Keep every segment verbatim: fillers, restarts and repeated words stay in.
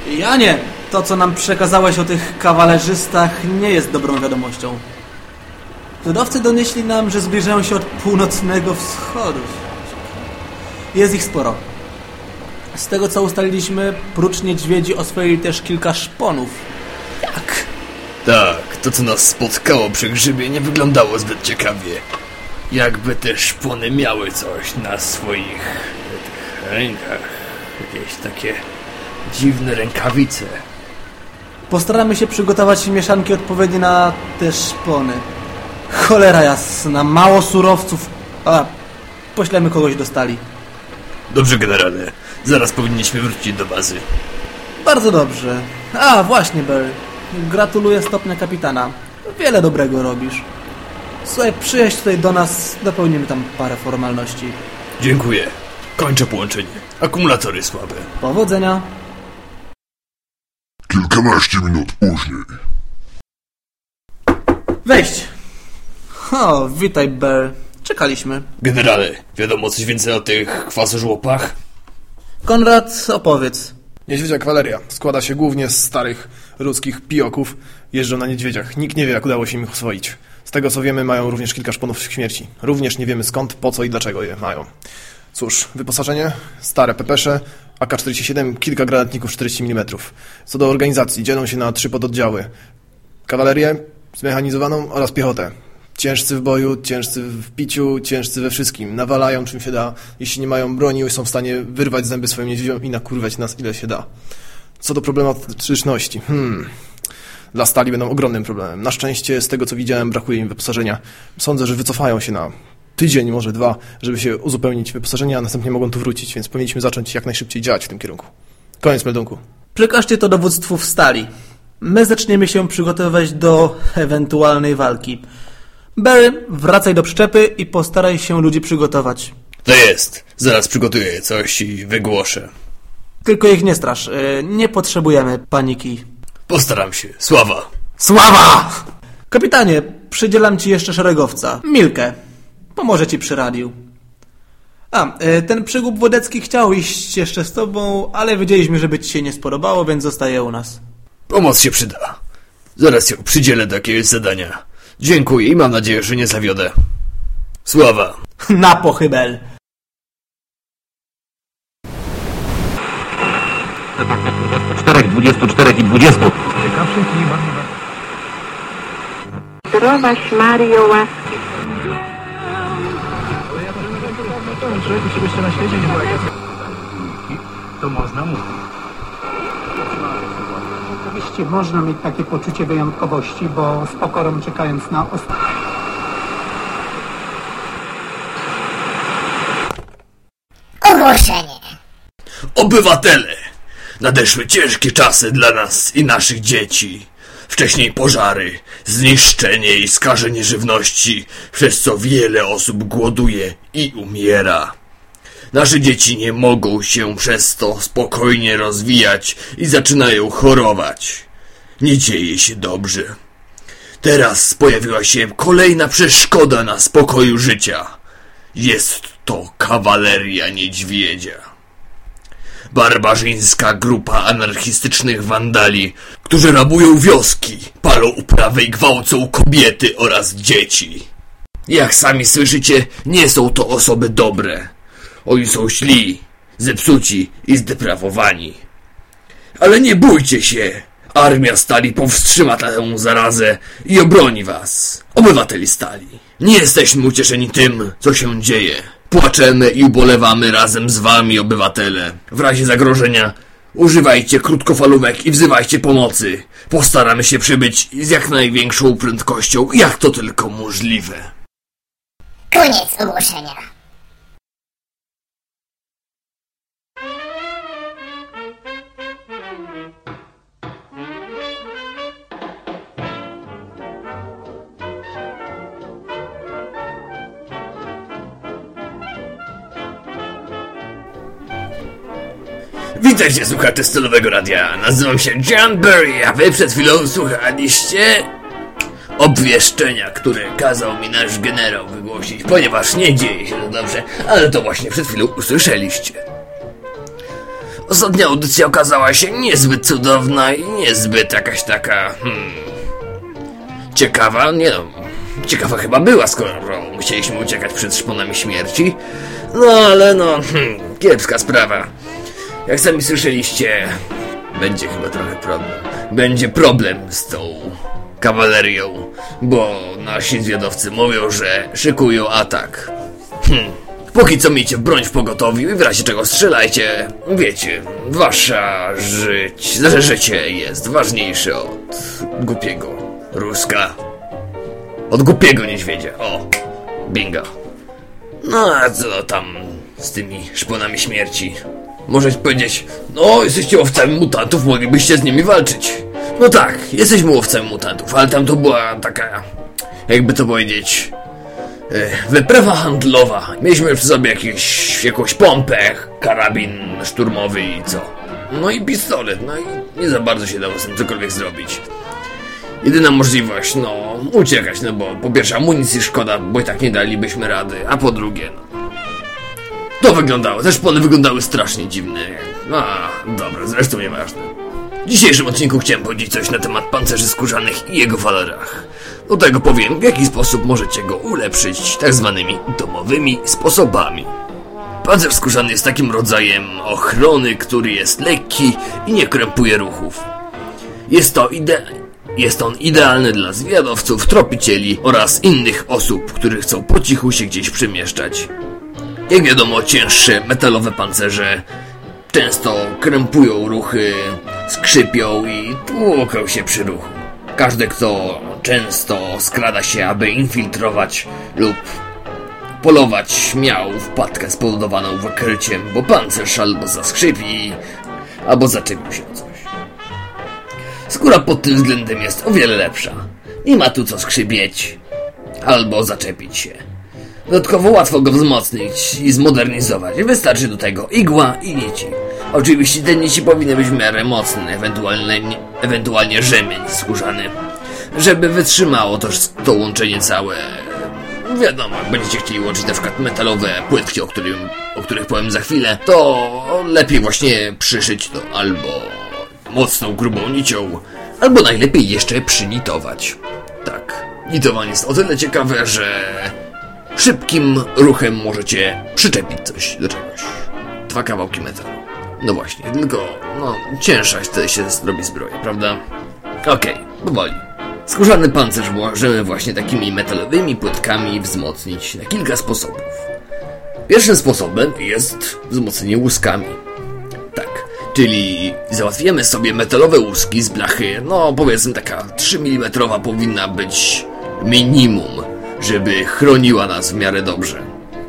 Ja nie. To, co nam przekazałeś o tych kawalerzystach, nie jest dobrą wiadomością. Ludowcy donieśli nam, że zbliżają się od północnego wschodu. Jest ich sporo. Z tego, co ustaliliśmy, prócz niedźwiedzi oswoili też kilka szponów. Jak? Tak, to co nas spotkało przy grzybie nie wyglądało zbyt ciekawie. Jakby te szpony miały coś na swoich tych rękach. Jakieś takie dziwne rękawice. Postaramy się przygotować mieszanki odpowiednie na te szpony. Cholera jasna, mało surowców. A, poślemy kogoś do stali. Dobrze, generale. Zaraz powinniśmy wrócić do bazy. Bardzo dobrze. A, właśnie, Barry. Gratuluję stopnia kapitana. Wiele dobrego robisz. Słuchaj, przyjedź tutaj do nas, dopełnimy tam parę formalności. Dziękuję. Kończę połączenie. Akumulatory słabe. Powodzenia. Kilkanaście minut później. Wejść. O, witaj, Barry. Czekaliśmy. Generale, wiadomo coś więcej o tych kwasożłopach? Konrad, opowiedz. Niedźwiedzia kawaleria składa się głównie z starych ruskich pijoków. Jeżdżą na niedźwiedziach. Nikt nie wie, jak udało się im ich oswoić. Z tego, co wiemy, mają również kilka szponów śmierci. Również nie wiemy skąd, po co i dlaczego je mają. Cóż, wyposażenie, stare pepesze, A K czterdzieści siedem, kilka granatników czterdzieści milimetrów. Co do organizacji, dzielą się na trzy pododdziały. Kawalerię, zmechanizowaną oraz piechotę. Ciężcy w boju, ciężcy w piciu, ciężcy we wszystkim. Nawalają czym się da. Jeśli nie mają broni, są w stanie wyrwać zęby swoim niedźwiedziom i nakurwać nas ile się da. Co do problematyczności, hmm... Dla stali będą ogromnym problemem. Na szczęście, z tego co widziałem, brakuje im wyposażenia. Sądzę, że wycofają się na tydzień, może dwa, żeby się uzupełnić wyposażenie, a następnie mogą tu wrócić, więc powinniśmy zacząć jak najszybciej działać w tym kierunku. Koniec meldunku. Przekażcie to dowództwu w stali. My zaczniemy się przygotowywać do ewentualnej walki. Barry, wracaj do przyczepy i postaraj się ludzi przygotować. To jest. Zaraz przygotuję coś i wygłoszę. Tylko ich nie strasz. Nie potrzebujemy paniki. Postaram się. Sława! Sława! Kapitanie, przydzielam ci jeszcze szeregowca. Milkę. Pomoże ci przy radiu. A, ten przygód Wodecki chciał iść jeszcze z tobą, ale wiedzieliśmy, żeby ci się nie spodobało, więc zostaje u nas. Pomoc się przyda. Zaraz ją przydzielę do jakiegoś zadania. Dziękuję i mam nadzieję, że nie zawiodę. Sława! Na pochybel! Czterech, dwudziestu czterech i dwudziestu. Zdrowaś Mario, łaski. To można mówić. Oczywiście można mieć takie poczucie wyjątkowości, bo z pokorą czekając na ostatnie. Ogłoszenie. Obywatele! Nadeszły ciężkie czasy dla nas i naszych dzieci. Wcześniej pożary, zniszczenie i skażenie żywności, przez co wiele osób głoduje i umiera. Nasze dzieci nie mogą się przez to spokojnie rozwijać i zaczynają chorować. Nie dzieje się dobrze. Teraz pojawiła się kolejna przeszkoda na spokoju życia. Jest to kawaleria niedźwiedzia. Barbarzyńska grupa anarchistycznych wandali, którzy rabują wioski, palą uprawy i gwałcą kobiety oraz dzieci. Jak sami słyszycie, nie są to osoby dobre. Oni są źli, zepsuci i zdeprawowani. Ale nie bójcie się! Armia Stali powstrzyma tę zarazę i obroni was, obywateli Stali. Nie jesteśmy ucieszeni tym, co się dzieje. Płaczemy i ubolewamy razem z wami, obywatele. W razie zagrożenia używajcie krótkofalówek i wzywajcie pomocy. Postaramy się przybyć z jak największą prędkością, jak to tylko możliwe. Koniec ogłoszenia. Witajcie, słuchacze Stylowego Radia. Nazywam się John Barry, a wy przed chwilą słuchaliście obwieszczenia, które kazał mi nasz generał wygłosić, ponieważ nie dzieje się to dobrze, ale to właśnie przed chwilą usłyszeliście. Ostatnia audycja okazała się niezbyt cudowna i niezbyt jakaś taka... Hmm, ciekawa, nie no... Ciekawa chyba była, skoro musieliśmy uciekać przed szponami śmierci. No ale no... Hmm, kiepska sprawa. Jak sami słyszeliście... Będzie chyba trochę problem. Będzie problem z tą kawalerią, bo nasi zwiadowcy mówią, że szykują atak. Hmm. Póki co miejcie broń w pogotowiu i w razie czego strzelajcie. Wiecie, wasza żyć, życie jest ważniejsze od głupiego Ruska. Od głupiego niedźwiedzia. O, bingo. No a co tam z tymi szponami śmierci? Możesz powiedzieć, no jesteście łowcami mutantów, moglibyście z nimi walczyć. No tak, jesteśmy łowcami mutantów, ale tam to była taka, jakby to powiedzieć, wyprawa handlowa. Mieliśmy przy sobie jakieś, jakąś pompę, karabin szturmowy i co? No i pistolet, no i nie za bardzo się dało z tym cokolwiek zrobić. Jedyna możliwość, no, uciekać, no bo po pierwsze amunicji szkoda, bo i tak nie dalibyśmy rady, a po drugie, no, to wyglądało, te szpony wyglądały strasznie dziwne. A, dobra, zresztą nieważne. W dzisiejszym odcinku chciałem powiedzieć coś na temat pancerzy skórzanych i jego walorach. Do tego powiem, w jaki sposób możecie go ulepszyć tak zwanymi domowymi sposobami. Pancerz skórzany jest takim rodzajem ochrony, który jest lekki i nie krępuje ruchów. Jest to ide... Jest on idealny dla zwiadowców, tropicieli oraz innych osób, które chcą po cichu się gdzieś przemieszczać. Jak wiadomo, cięższe metalowe pancerze często krępują ruchy, skrzypią i tłuką się przy ruchu. Każdy, kto często skrada się, aby infiltrować lub polować, miał wpadkę spowodowaną wykryciem, bo pancerz albo zaskrzypi, albo zaczepił się o coś. Skóra pod tym względem jest o wiele lepsza. Nie ma tu co skrzypieć albo zaczepić się. Dodatkowo łatwo go wzmocnić i zmodernizować. Wystarczy do tego igła i nici. Oczywiście te nici powinny być w miarę mocne, ewentualnie, ewentualnie rzemień skórzany, żeby wytrzymało to, to łączenie całe. Wiadomo, jak będziecie chcieli łączyć na przykład metalowe płytki, o, którym, o których powiem za chwilę, to lepiej właśnie przyszyć to albo mocną, grubą nicią, albo najlepiej jeszcze przynitować. Tak, nitowanie jest o tyle ciekawe, że szybkim ruchem możecie przyczepić coś do czegoś. Dwa kawałki metalu. No właśnie, tylko, no, cięższa wtedy się robi zbroja, prawda? Okej, okay, powoli. Skórzany pancerz możemy właśnie takimi metalowymi płytkami wzmocnić na kilka sposobów. Pierwszym sposobem jest wzmocnienie łuskami. Tak, czyli załatwiamy sobie metalowe łuski z blachy, no powiedzmy taka trzy milimetry powinna być minimum, żeby chroniła nas w miarę dobrze.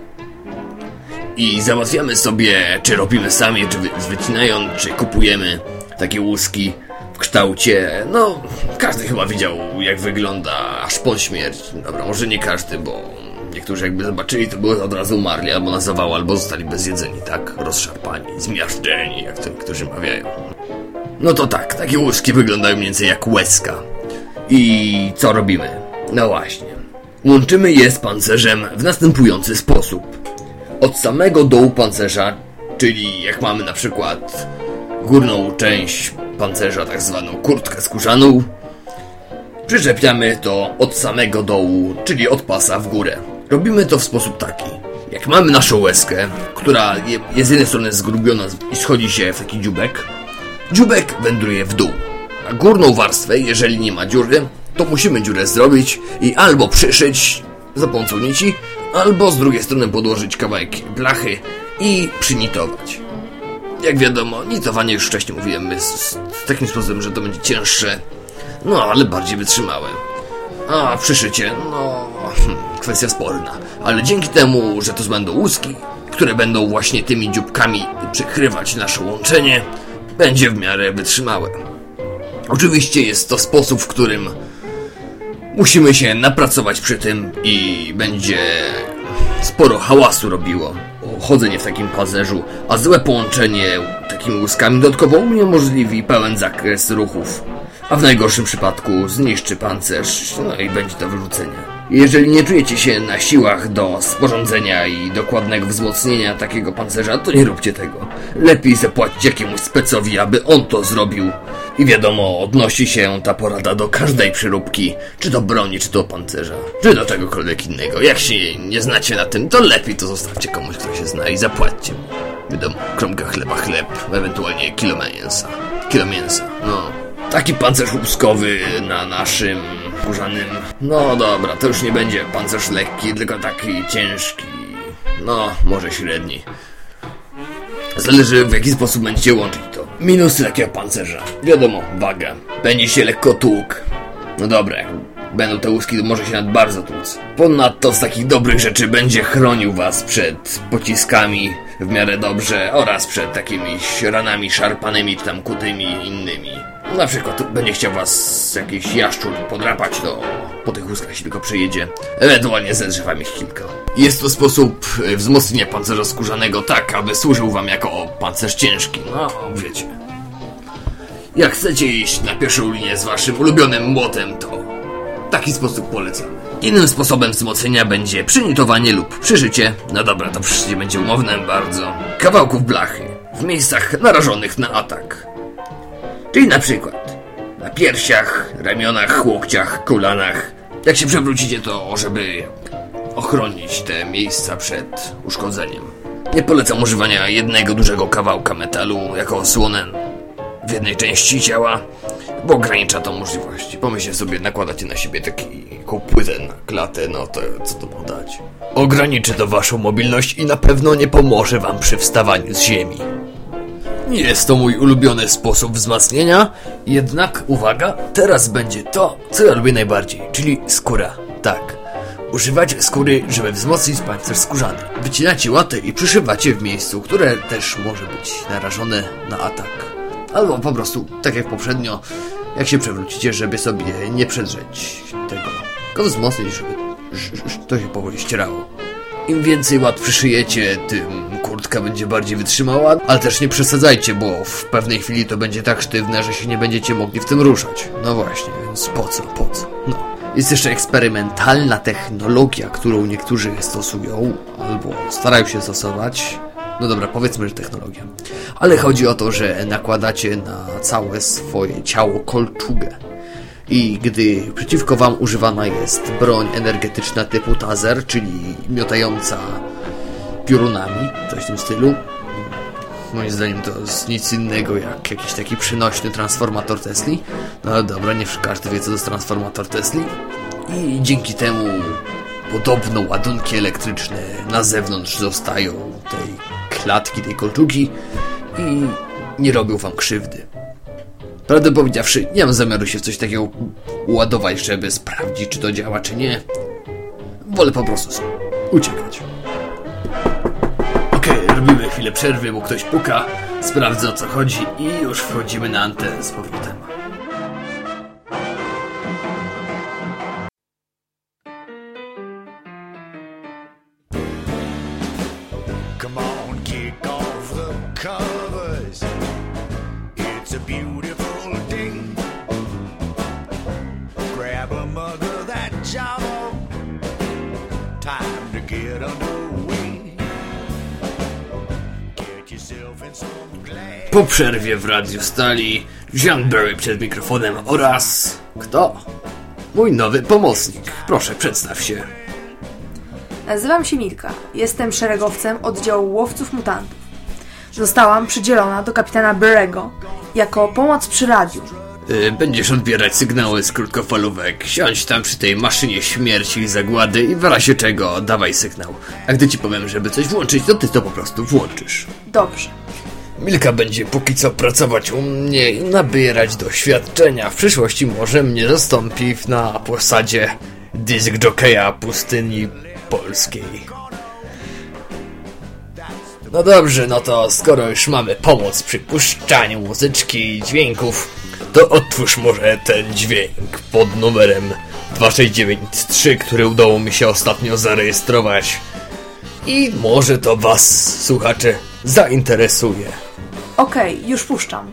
I załatwiamy sobie, czy robimy sami, czy wy, wycinając, czy kupujemy takie łuski w kształcie, no każdy chyba widział, jak wygląda szpon śmierci. Dobra, może nie każdy, bo niektórzy jakby zobaczyli, to były od razu umarli, albo na zawał, albo zostali bezjedzeni, tak? Rozszarpani, zmiażdżeni, jak to niektórzy mawiają. No to tak, takie łuski wyglądają mniej więcej jak łezka. I co robimy? No właśnie. Łączymy je z pancerzem w następujący sposób. Od samego dołu pancerza, czyli jak mamy na przykład górną część pancerza, tak zwaną kurtkę skórzaną, przyczepiamy to od samego dołu, czyli od pasa w górę. Robimy to w sposób taki. Jak mamy naszą łezkę, która jest z jednej strony zgrubiona i schodzi się w taki dziubek, dziubek wędruje w dół. A górną warstwę, jeżeli nie ma dziury, to musimy dziurę zrobić i albo przyszyć za pomocą nici, albo z drugiej strony podłożyć kawałek blachy i przynitować. Jak wiadomo, nitowanie już wcześniej mówiłem jest takim sposobem, że to będzie cięższe, no ale bardziej wytrzymałe. A przyszycie, no hmm, kwestia sporna, ale dzięki temu, że to będą łuski, które będą właśnie tymi dzióbkami przykrywać nasze łączenie, będzie w miarę wytrzymałe. Oczywiście jest to sposób, w którym musimy się napracować przy tym i będzie sporo hałasu robiło chodzenie w takim pancerzu, a złe połączenie takimi łuskami dodatkowo uniemożliwi pełen zakres ruchów, a w najgorszym przypadku zniszczy pancerz, no i będzie do wyrzucenia. Jeżeli nie czujecie się na siłach do sporządzenia i dokładnego wzmocnienia takiego pancerza, to nie róbcie tego. Lepiej zapłacić jakiemuś specowi, aby on to zrobił. I wiadomo, odnosi się ta porada do każdej przyróbki, czy do broni, czy do pancerza, czy do czegokolwiek innego. Jak się nie znacie na tym, to lepiej to zostawcie komuś, kto się zna i zapłaćcie mu. Wiadomo, kromka chleba, chleb, ewentualnie kilo mięsa. Kilo mięsa, no. Taki pancerz łuskowy na naszym skórzanym... No dobra, to już nie będzie pancerz lekki, tylko taki ciężki. No, może średni. Zależy, w jaki sposób będziecie łączyć to. Minusy takiego pancerza. Wiadomo, waga. Będzie się lekko tłuk. No dobra, jak będą te łuski, to może się nawet bardzo tłuc. Ponadto z takich dobrych rzeczy będzie chronił was przed pociskami w miarę dobrze oraz przed takimi ranami szarpanymi czy tam kutymi innymi. Na przykład będzie chciał was jakiś jaszczur podrapać, to po tych łuskach się tylko przejedzie. Ewentualnie zedrze wam ich kilka. Jest to sposób wzmocnienia pancerza skórzanego tak, aby służył wam jako pancerz ciężki. No, wiecie. Jak chcecie iść na pierwszą linię z waszym ulubionym młotem, to taki sposób polecam. Innym sposobem wzmocnienia będzie przynitowanie lub przyszycie. No dobra, to przyszycie będzie umowne bardzo. Kawałków blachy w miejscach narażonych na atak. Czyli na przykład na piersiach, ramionach, łokciach, kolanach. Jak się przewrócicie, to żeby ochronić te miejsca przed uszkodzeniem. Nie polecam używania jednego dużego kawałka metalu jako osłonę w jednej części ciała, bo ogranicza to możliwości. Pomyślcie sobie, nakładacie na siebie taką płytę na klatę, no to co to ma dać? Ograniczy to waszą mobilność i na pewno nie pomoże wam przy wstawaniu z ziemi. Nie jest to mój ulubiony sposób wzmacnienia, jednak uwaga, teraz będzie to, co ja lubię najbardziej, czyli skóra. Tak, używacie skóry, żeby wzmocnić pancerz skórzany. Wycinacie łatę i przyszywacie w miejscu, które też może być narażone na atak. Albo po prostu, tak jak poprzednio, jak się przewrócicie, żeby sobie nie przedrzeć tego, tylko wzmocnić, żeby to się powoli ścierało. Im więcej łat przyszyjecie, tym kurtka będzie bardziej wytrzymała, ale też nie przesadzajcie, bo w pewnej chwili to będzie tak sztywne, że się nie będziecie mogli w tym ruszać. No właśnie, więc po co, po co? No. Jest jeszcze eksperymentalna technologia, którą niektórzy stosują, albo starają się stosować. No dobra, powiedzmy, że technologia. Ale chodzi o to, że nakładacie na całe swoje ciało kolczugę. I gdy przeciwko wam używana jest broń energetyczna typu taser, czyli miotająca piorunami, coś w tym stylu. Moim zdaniem to jest nic innego jak jakiś taki przynośny transformator Tesli. No dobra, nie każdy wie, co to jest transformator Tesli. I dzięki temu podobno ładunki elektryczne na zewnątrz zostają tej klatki, tej kolczugi i nie robią wam krzywdy. Prawdę powiedziawszy, nie mam zamiaru się w coś takiego ładować, żeby sprawdzić, czy to działa, czy nie. Wolę po prostu uciekać. Okej, okay, robimy chwilę przerwy, bo ktoś puka, sprawdzę, o co chodzi i już wchodzimy na antenę z powrotem. Come on, kick off the covers. It's a beautiful day. Grab a mug of that Java. Time to get underway. Get yourself in some glass. Po przerwie w Radiu stali John Berry przed mikrofonem oraz... Kto? Mój nowy pomocnik. Proszę, przedstaw się. Nazywam się Milka. Jestem szeregowcem oddziału łowców mutantów. Zostałam przydzielona do kapitana Berego jako pomoc przy radiu. Yy, będziesz odbierać sygnały z krótkofalówek. Siądź tam przy tej maszynie śmierci i zagłady i w razie czego dawaj sygnał. A gdy ci powiem, żeby coś włączyć, to ty to po prostu włączysz. Dobrze. Milka będzie póki co pracować u mnie i nabierać doświadczenia. W przyszłości może mnie zastąpi na posadzie disc jockeya pustyni polskiej. No dobrze, no to skoro już mamy pomoc przy puszczaniu muzyczki i dźwięków, to otwórz może ten dźwięk pod numerem dwa sześć dziewięć trzy, który udało mi się ostatnio zarejestrować. I może to was, słuchacze, zainteresuje. Okej, okay, już puszczam.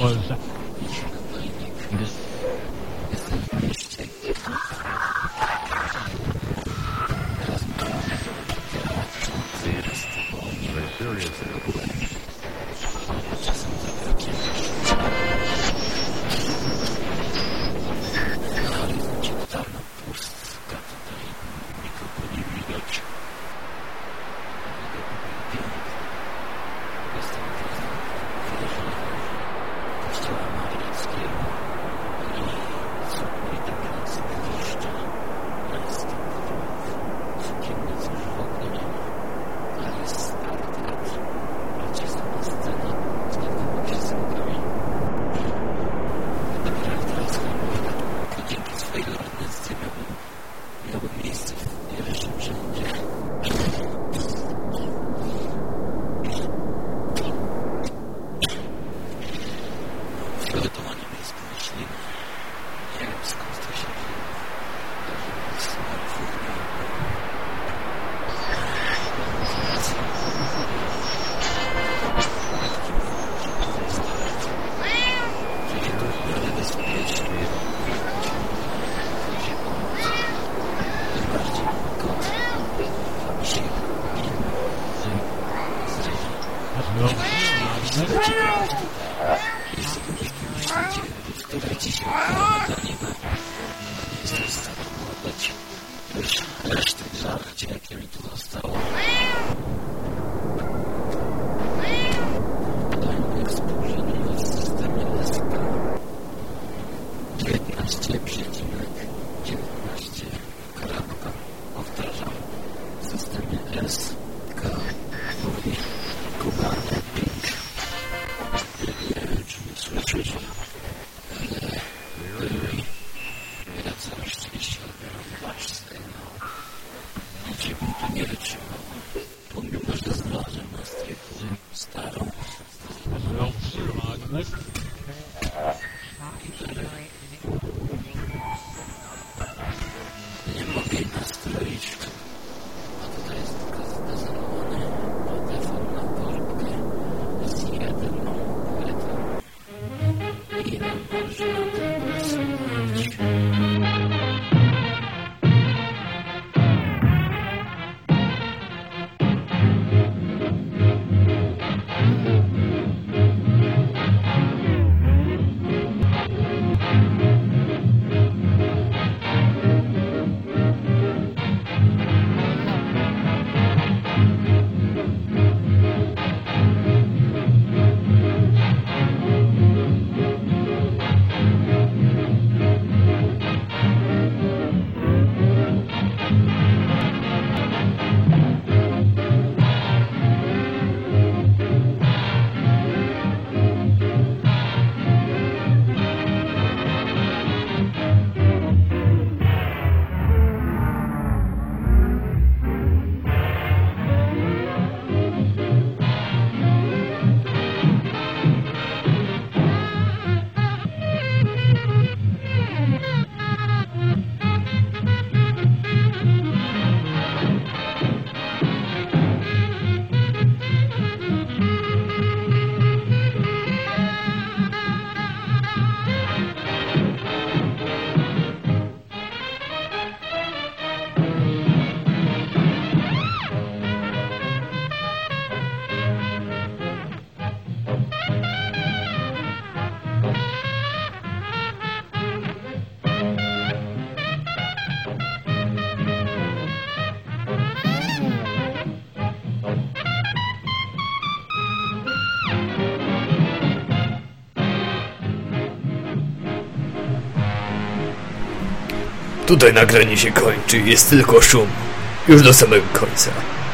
Tutaj nagranie się kończy, jest tylko szum. Już do samego końca.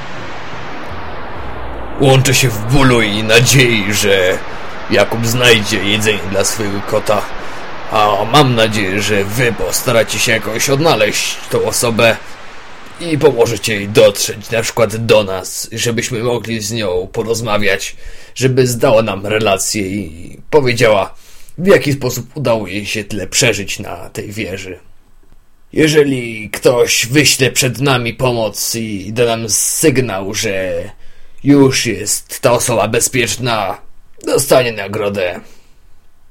Łączę się w bólu i nadziei, że Jakub znajdzie jedzenie dla swojego kota. A mam nadzieję, że wy postaracie się jakoś odnaleźć tą osobę i pomożecie jej dotrzeć na przykład do nas, żebyśmy mogli z nią porozmawiać, żeby zdała nam relację i powiedziała, w jaki sposób udało jej się tyle przeżyć na tej wieży. Jeżeli ktoś wyśle przed nami pomoc i da nam sygnał, że już jest ta osoba bezpieczna, dostanie nagrodę.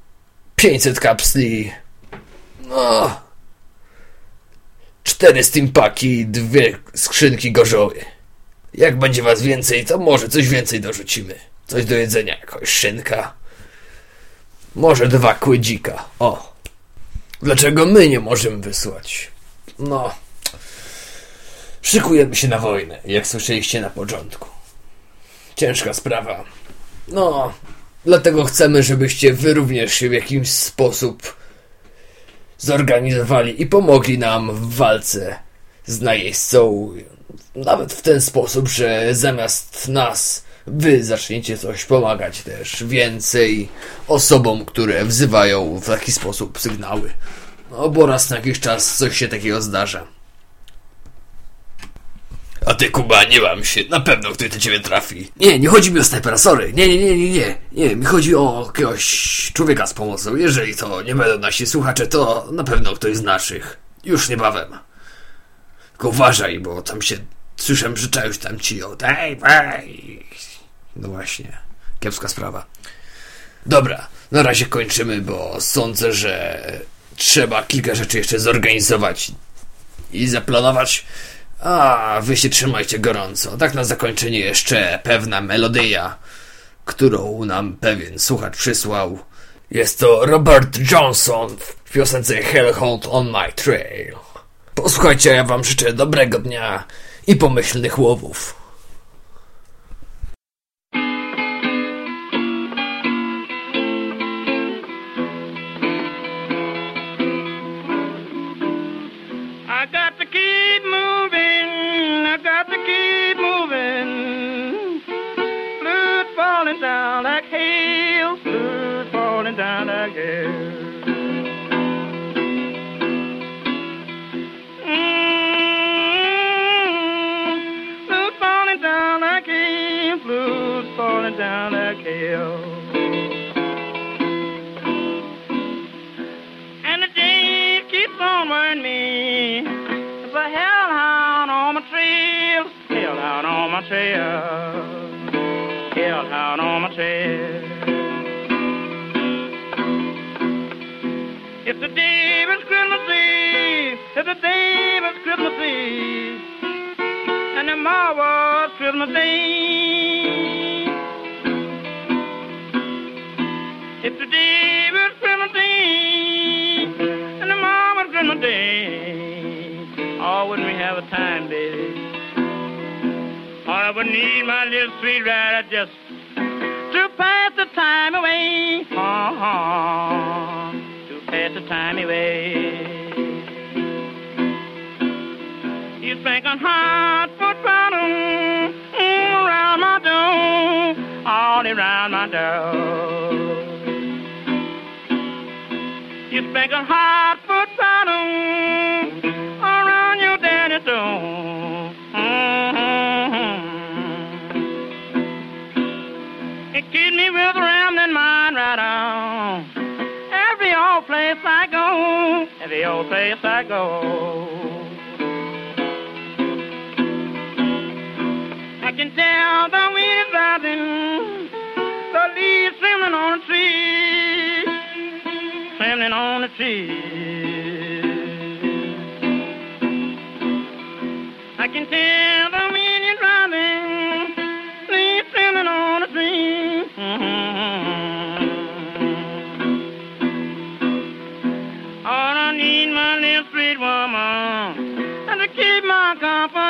pięćset kapsli, no, cztery steampaki, dwie skrzynki gorzoły. Jak będzie was więcej, to może coś więcej dorzucimy. Coś do jedzenia, jakąś szynka. Może dwa kłydzika. O. Dlaczego my nie możemy wysłać? No. Szykujemy się na wojnę, jak słyszeliście na początku. Ciężka sprawa. No. Dlatego chcemy, żebyście wy również się w jakiś sposób zorganizowali i pomogli nam w walce z najeźdźcą. Nawet w ten sposób, że zamiast nas wy zaczniecie coś pomagać też więcej osobom, które wzywają w taki sposób sygnały. No bo raz na jakiś czas coś się takiego zdarza. A ty, Kuba, nie mam się. Na pewno ktoś do ciebie trafi. Nie, nie chodzi mi o snajpera, sorry. Nie, nie, nie, nie, nie. Nie, mi chodzi o jakiegoś człowieka z pomocą. Jeżeli to nie będą nasi słuchacze, to na pewno ktoś z naszych. Już niebawem. Tylko uważaj, bo tam się... Słyszę, że czegoś tam ci o... Daj, daj. No właśnie. Kiepska sprawa. Dobra, na razie kończymy, bo sądzę, że trzeba kilka rzeczy jeszcze zorganizować i zaplanować. A wy się trzymajcie gorąco. Tak na zakończenie jeszcze pewna melodia, którą nam pewien słuchacz przysłał. Jest to Robert Johnson w piosence Hellhound on My Trail. Posłuchajcie, ja wam życzę dobrego dnia i pomyślnych łowów. I got to keep moving, I got to keep moving. Blood falling down like hail, blood falling down like hail. Mm, blood falling down like hail, blood falling down like hail. And the day keeps on wearing me. There's a hellhound on my trail, hellhound on my trail, hellhound on my trail. It's the day of Christmas Eve, it's the day of Christmas Eve, and tomorrow was Christmas Day. It's the day of Christmas Eve, and tomorrow was Christmas Day. Oh, wouldn't we have a time, baby? Oh, I would need my little sweet rider just to pass the time away. Oh, to pass the time away. You think I'm hot foot bottom mm, around my door, all around my door. You spank a hot foot bottom around your daddy's door. Mm-hmm. It keeps me with a rambling mind right on. Every old place I go, every old place I go. I can tell the wind is rising, the leaves trembling on the tree, trembling on the tree. I can tell the wind is rising, leaves trembling on the tree. Mm-hmm. Oh, I need my little sweet woman and to keep my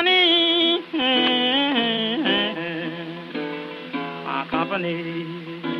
company, my company.